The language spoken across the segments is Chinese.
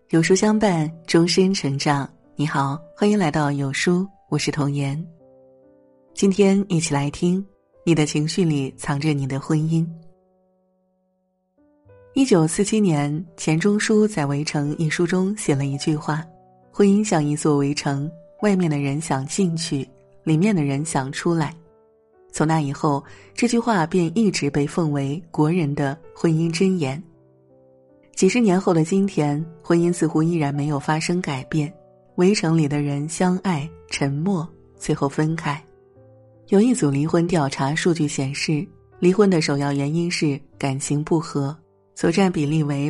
有书相伴，终身成长。你好，欢迎来到有书，我是童言。今天一起来听，你的情绪里藏着你的婚姻。1947年，钱钟书在《围城》一书中写了一句话：婚姻像一座围城，外面的人想进去，里面的人想出来。从那以后，这句话便一直被奉为国人的婚姻箴言。几十年后的今天，婚姻似乎依然没有发生改变。围城里的人相爱、沉默，最后分开。有一组离婚调查数据显示，离婚的首要原因是感情不和，所占比例为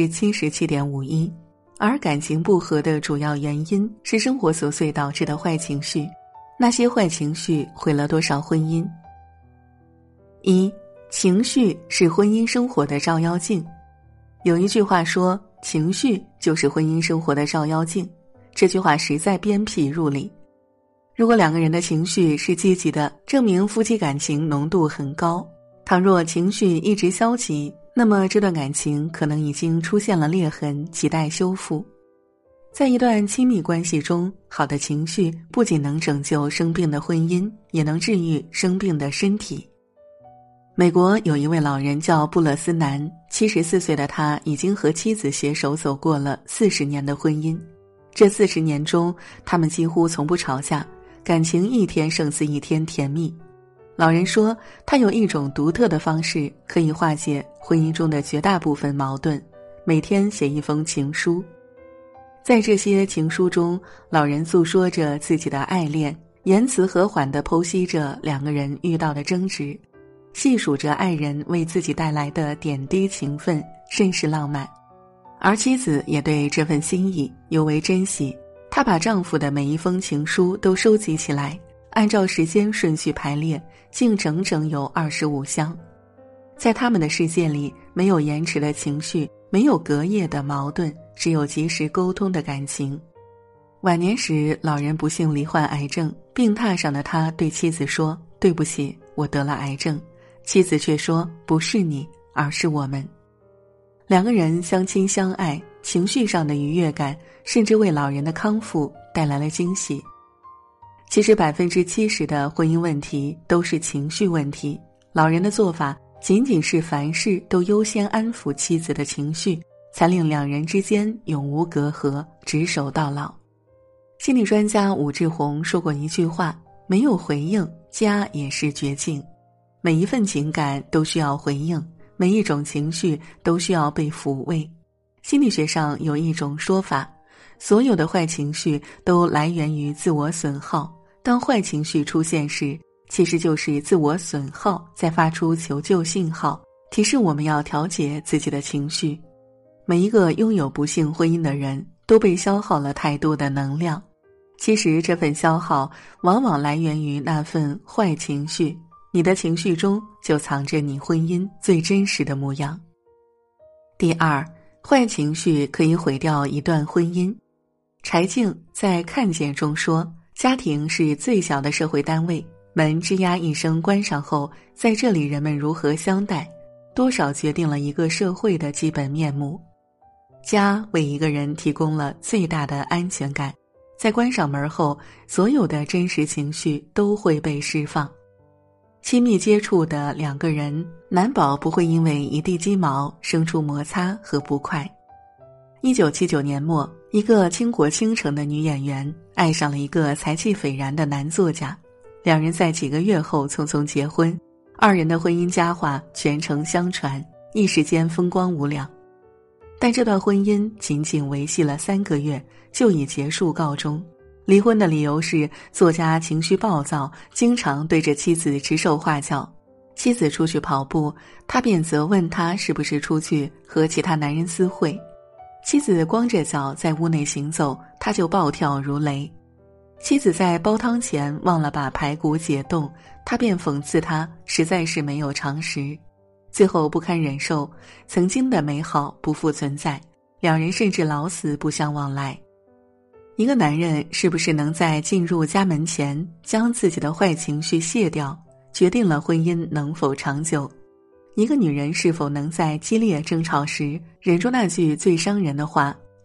77.51%， 而感情不和的主要原因是生活琐碎导致的坏情绪。那些坏情绪毁了多少婚姻？一、情绪是婚姻生活的照妖镜。有一句话说，情绪就是婚姻生活的照妖镜，这句话实在鞭辟入里。如果两个人的情绪是积极的，证明夫妻感情浓度很高；倘若情绪一直消极，那么这段感情可能已经出现了裂痕，亟待修复。在一段亲密关系中，好的情绪不仅能拯救生病的婚姻，也能治愈生病的身体。美国有一位老人叫布勒斯南，74岁的他已经和妻子携手走过了40年的婚姻。这40年中，他们几乎从不吵架，感情一天胜似一天甜蜜。老人说，他有一种独特的方式可以化解婚姻中的绝大部分矛盾，每天写一封情书。在这些情书中，老人诉说着自己的爱恋，言辞和缓地剖析着两个人遇到的争执，细数着爱人为自己带来的点滴情分，甚是浪漫。而妻子也对这份心意尤为珍惜，她把丈夫的每一封情书都收集起来，按照时间顺序排列，竟整整有25箱。在他们的世界里，没有延迟的情绪，没有隔夜的矛盾，只有及时沟通的感情。晚年时，老人不幸罹患癌症，病榻上的他对妻子说，对不起，我得了癌症。妻子却说，不是你，而是我们。两个人相亲相爱，情绪上的愉悦感甚至为老人的康复带来了惊喜。其实70%的婚姻问题都是情绪问题，老人的做法仅仅是凡事都优先安抚妻子的情绪，才令两人之间永无隔阂，执手到老。心理专家武志红说过一句话，没有回应，家也是绝境。每一份情感都需要回应，每一种情绪都需要被抚慰。心理学上有一种说法，所有的坏情绪都来源于自我损耗，当坏情绪出现时，其实就是自我损耗在发出求救信号，提示我们要调节自己的情绪。每一个拥有不幸婚姻的人都被消耗了太多的能量，其实这份消耗往往来源于那份坏情绪，你的情绪中就藏着你婚姻最真实的模样。第二，坏情绪可以毁掉一段婚姻。柴静在《看见》中说，家庭是最小的社会单位，门吱呀一声关上后，在这里人们如何相待，多少决定了一个社会的基本面目。家为一个人提供了最大的安全感，在关上门后，所有的真实情绪都会被释放。亲密接触的两个人，难保不会因为一地鸡毛生出摩擦和不快。1979年末，一个倾国倾城的女演员爱上了一个才气斐然的男作家，两人在几个月后匆匆结婚，二人的婚姻佳话全城相传，一时间风光无两。但这段婚姻仅仅维系了3个月，就以结束告终。离婚的理由是作家情绪暴躁，经常对着妻子指手画脚。妻子出去跑步，他便责问他是不是出去和其他男人私会。妻子光着脚在屋内行走，他就暴跳如雷。妻子在煲汤前忘了把排骨解冻，他便讽刺他实在是没有常识。最后不堪忍受，曾经的美好不复存在，两人甚至老死不相往来。一个男人是不是能在进入家门前将自己的坏情绪卸掉，决定了婚姻能否长久。一个女人是否能在激烈争吵时忍住那句最伤人的话，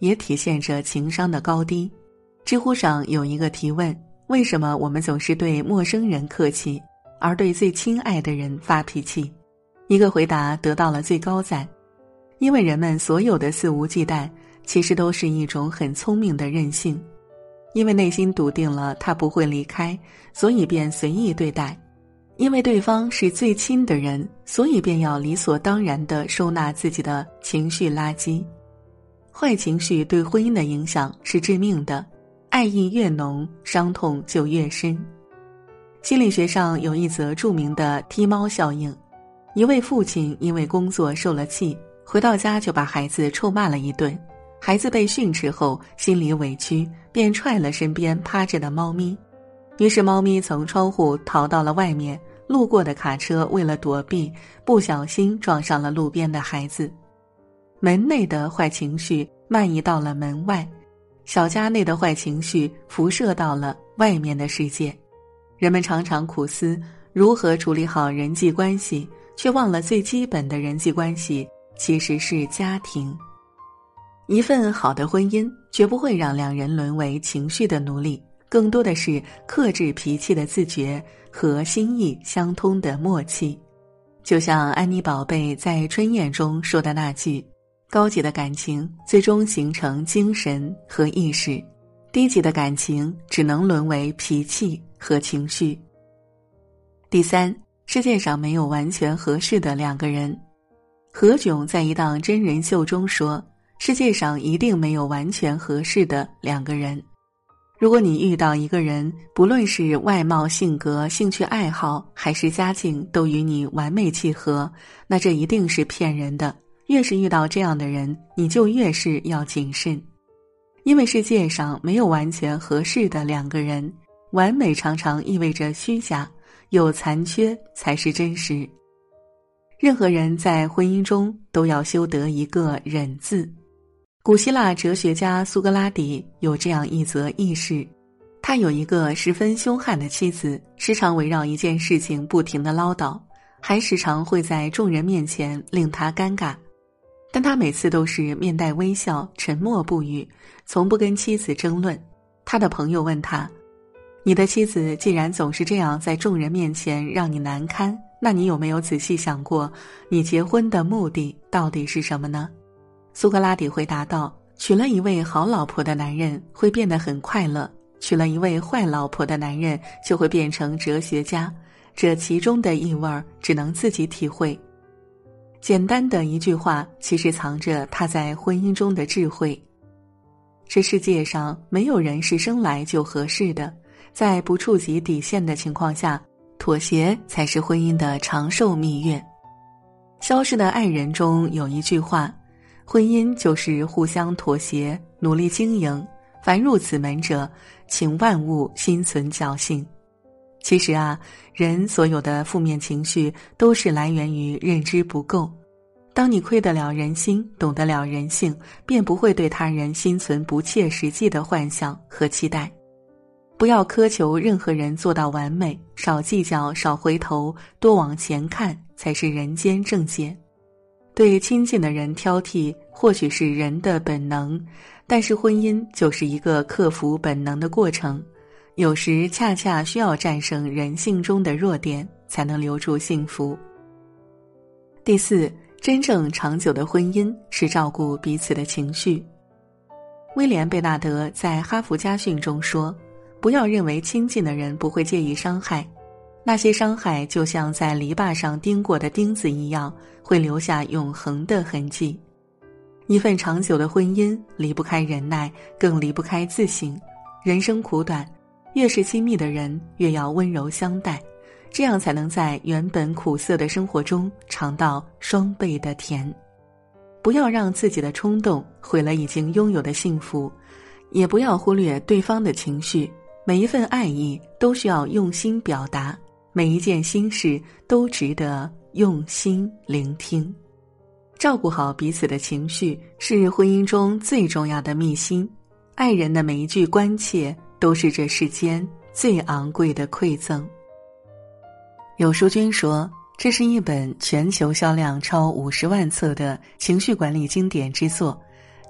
也体现着情商的高低。知乎上有一个提问：为什么我们总是对陌生人客气，而对最亲爱的人发脾气？一个回答得到了最高赞。因为人们所有的肆无忌惮，其实都是一种很聪明的任性。因为内心笃定了他不会离开，所以便随意对待。因为对方是最亲的人，所以便要理所当然地收纳自己的情绪垃圾。坏情绪对婚姻的影响是致命的，爱意越浓，伤痛就越深。心理学上有一则著名的踢猫效应。一位父亲因为工作受了气，回到家就把孩子臭骂了一顿。孩子被训斥后心里委屈，便踹了身边趴着的猫咪。于是猫咪从窗户逃到了外面，路过的卡车为了躲避，不小心撞上了路边的孩子。门内的坏情绪漫移到了门外，小家内的坏情绪辐射到了外面的世界。人们常常苦思如何处理好人际关系，却忘了最基本的人际关系其实是家庭。一份好的婚姻绝不会让两人沦为情绪的奴隶，更多的是克制脾气的自觉和心意相通的默契。就像安妮宝贝在春宴中说的那句：高级的感情最终形成精神和意识，低级的感情只能沦为脾气和情绪。第三，世界上没有完全合适的两个人。何炅在一档真人秀中说，世界上一定没有完全合适的两个人。如果你遇到一个人，不论是外貌、性格、兴趣爱好还是家境都与你完美契合，那这一定是骗人的。越是遇到这样的人，你就越是要谨慎。因为世界上没有完全合适的两个人，完美常常意味着虚假，有残缺才是真实。任何人在婚姻中都要修得一个忍字。古希腊哲学家苏格拉底有这样一则轶事，他有一个十分凶悍的妻子，时常围绕一件事情不停地唠叨，还时常会在众人面前令他尴尬。但他每次都是面带微笑，沉默不语，从不跟妻子争论。他的朋友问他：你的妻子既然总是这样在众人面前让你难堪，那你有没有仔细想过，你结婚的目的到底是什么呢？苏格拉底回答道：娶了一位好老婆的男人会变得很快乐，娶了一位坏老婆的男人就会变成哲学家，这其中的意味只能自己体会。简单的一句话，其实藏着他在婚姻中的智慧。这世界上没有人是生来就合适的，在不触及底线的情况下，妥协才是婚姻的长寿蜜月。消失的爱人中有一句话：婚姻就是互相妥协，努力经营，凡入此门者，请万勿心存侥幸。其实啊，人所有的负面情绪都是来源于认知不够。当你窥得了人心，懂得了人性，便不会对他人心存不切实际的幻想和期待。不要苛求任何人做到完美，少计较，少回头，多往前看，才是人间正解。对亲近的人挑剔，或许是人的本能，但是婚姻就是一个克服本能的过程。有时恰恰需要战胜人性中的弱点，才能留住幸福。第四，真正长久的婚姻是照顾彼此的情绪。威廉·贝纳德在哈佛家训中说，不要认为亲近的人不会介意伤害，那些伤害就像在篱笆上钉过的钉子一样，会留下永恒的痕迹。一份长久的婚姻离不开忍耐，更离不开自省。人生苦短，越是亲密的人，越要温柔相待，这样才能在原本苦涩的生活中尝到双倍的甜。不要让自己的冲动毁了已经拥有的幸福，也不要忽略对方的情绪。每一份爱意都需要用心表达，每一件心事都值得用心聆听。照顾好彼此的情绪是婚姻中最重要的秘辛，爱人的每一句关切都是这世间最昂贵的馈赠。有书君说，这是一本全球销量超50万册的情绪管理经典之作，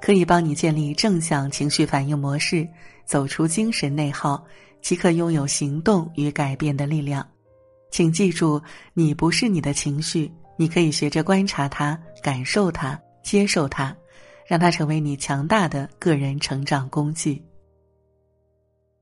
可以帮你建立正向情绪反应模式，走出精神内耗，即可拥有行动与改变的力量。请记住，你不是你的情绪，你可以学着观察它，感受它，接受它，让它成为你强大的个人成长工具。